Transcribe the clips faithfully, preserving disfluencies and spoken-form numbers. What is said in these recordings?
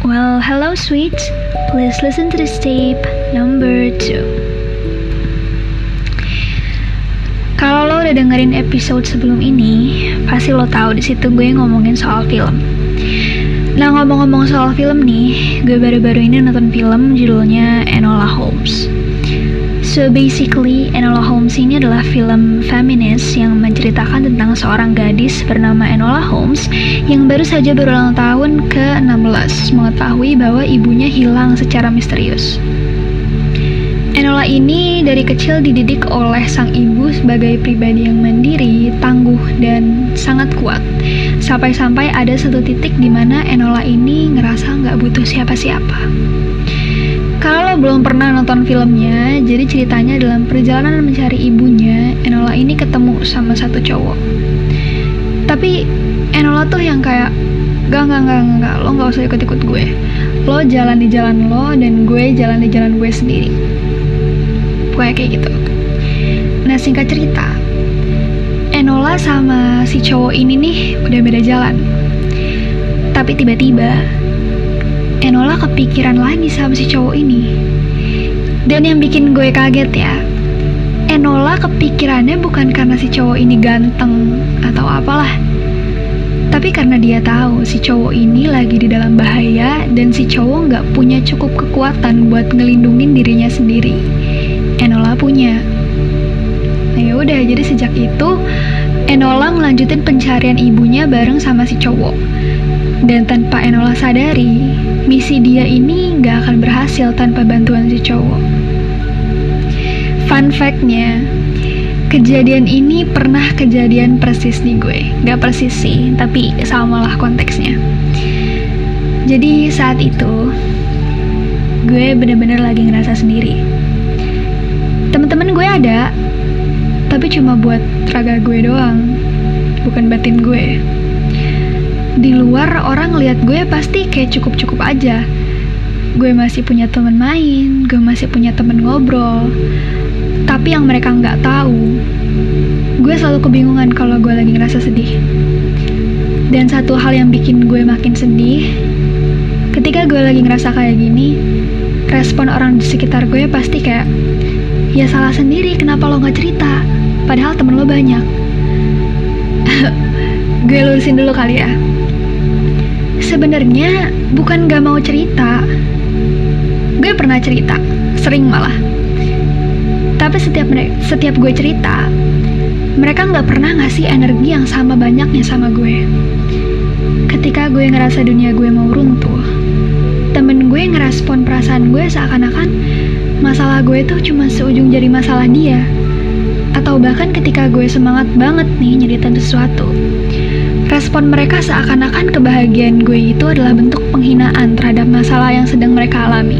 Well, hello sweets. Please listen to this tape number two. Kalau lo udah dengerin episode sebelum ini, pasti lo tahu di situ gue ngomongin soal film. Nah, ngomong-ngomong soal film nih, gue baru-baru ini nonton film judulnya Enola Holmes. So basically, Enola Holmes ini adalah film feminis yang menceritakan tentang seorang gadis bernama Enola Holmes yang baru saja berulang tahun ke enam belas mengetahui bahwa ibunya hilang secara misterius. Enola ini dari kecil dididik oleh sang ibu sebagai pribadi yang mandiri, tangguh, dan sangat kuat. Sampai-sampai ada satu titik di mana Enola ini ngerasa nggak butuh siapa-siapa. Kalau belum pernah nonton filmnya, jadi ceritanya dalam perjalanan mencari ibunya, Enola ini ketemu sama satu cowok. Tapi Enola tuh yang kayak, gak, gak, gak, gak, lo gak usah ikut-ikut gue. Lo jalan di jalan lo, dan gue jalan di jalan gue sendiri. Pokoknya kayak gitu. Nah, singkat cerita, Enola sama si cowok ini nih udah beda jalan. Tapi tiba-tiba Enola kepikiran lagi sama si cowok ini. Dan yang bikin gue kaget ya, Enola kepikirannya bukan karena si cowok ini ganteng atau apalah, tapi karena dia tahu si cowok ini lagi di dalam bahaya dan si cowok nggak punya cukup kekuatan buat ngelindungin dirinya sendiri. Enola punya. Nah yaudah, jadi sejak itu Enola ngelanjutin pencarian ibunya bareng sama si cowok. Dan tanpa Enola sadari, misi dia ini gak akan berhasil tanpa bantuan si cowok. Fun fact-nya, kejadian ini pernah kejadian persis di gue. Gak persis sih, tapi samalah konteksnya. Jadi saat itu, gue bener-bener lagi ngerasa sendiri. Temen-temen gue ada, tapi cuma buat raga gue doang, bukan batin gue. Di luar orang ngeliat gue pasti kayak cukup-cukup aja. Gue masih punya teman main, gue masih punya teman ngobrol. Tapi yang mereka nggak tahu, gue selalu kebingungan kalau gue lagi ngerasa sedih. Dan satu hal yang bikin gue makin sedih, ketika gue lagi ngerasa kayak gini, respon orang di sekitar gue pasti kayak, ya salah sendiri kenapa lo nggak cerita, padahal temen lo banyak. Gue lurusin dulu kali ya. Sebenarnya bukan gak mau cerita. Gue pernah cerita, sering malah. Tapi setiap setiap gue cerita, mereka gak pernah ngasih energi yang sama banyaknya sama gue. Ketika gue ngerasa dunia gue mau runtuh, temen gue ngerespon perasaan gue seakan-akan masalah gue tuh cuma seujung jari masalah dia. Atau bahkan ketika gue semangat banget nih nyeritain sesuatu, respon mereka seakan-akan kebahagiaan gue itu adalah bentuk penghinaan terhadap masalah yang sedang mereka alami.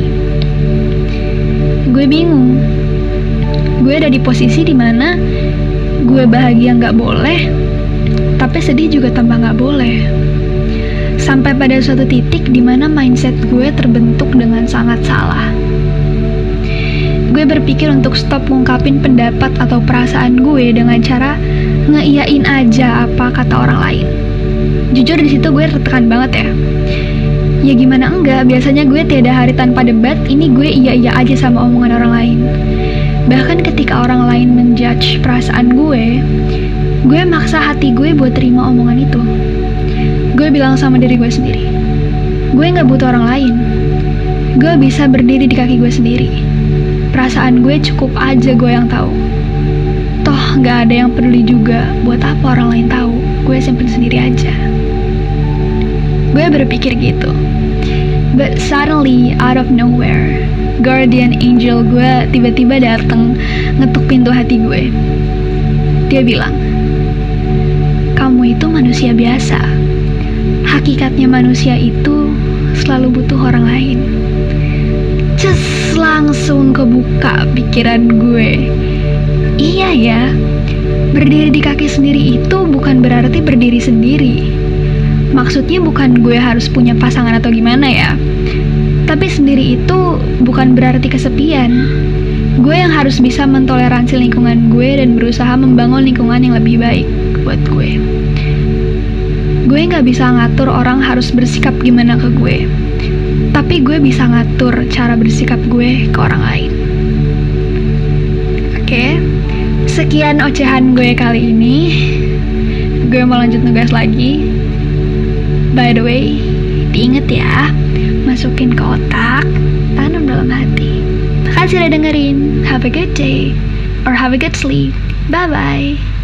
Gue bingung. Gue ada di posisi dimana gue bahagia nggak boleh, tapi sedih juga tambah nggak boleh. Sampai pada suatu titik dimana mindset gue terbentuk dengan sangat salah. Gue berpikir untuk stop ngungkapin pendapat atau perasaan gue dengan cara ngeiyain aja apa kata orang lain. Jujur di situ gue tertekan banget ya. Ya gimana enggak, biasanya gue tiada hari tanpa debat, ini gue iya-iya aja sama omongan orang lain. Bahkan ketika orang lain menjudge perasaan gue, gue maksa hati gue buat terima omongan itu. Gue bilang sama diri gue sendiri, gue gak butuh orang lain. Gue bisa berdiri di kaki gue sendiri. Perasaan gue cukup aja gue yang tahu. Toh gak ada yang peduli juga, buat apa orang lain tahu, gue simpen sendiri aja. Gue berpikir gitu. But suddenly, out of nowhere, guardian angel gue tiba-tiba dateng ngetuk pintu hati gue. Dia bilang, kamu itu manusia biasa. Hakikatnya manusia itu selalu butuh orang lain. Just langsung kebuka pikiran gue. Iya ya, berdiri di kaki sendiri itu bukan berarti berdiri sendiri. Maksudnya bukan gue harus punya pasangan atau gimana ya. Tapi sendiri itu bukan berarti kesepian. Gue yang harus bisa mentoleransi lingkungan gue dan berusaha membangun lingkungan yang lebih baik buat gue. Gue gak bisa ngatur orang harus bersikap gimana ke gue. tapi gue bisa ngatur cara bersikap gue ke orang lain. Oke, sekian ocehan gue kali ini. Gue mau lanjut nugas lagi. By the way, diinget ya, masukin ke otak, tanam dalam hati. Makasih udah dengerin. Have a good day or have a good sleep. Bye bye.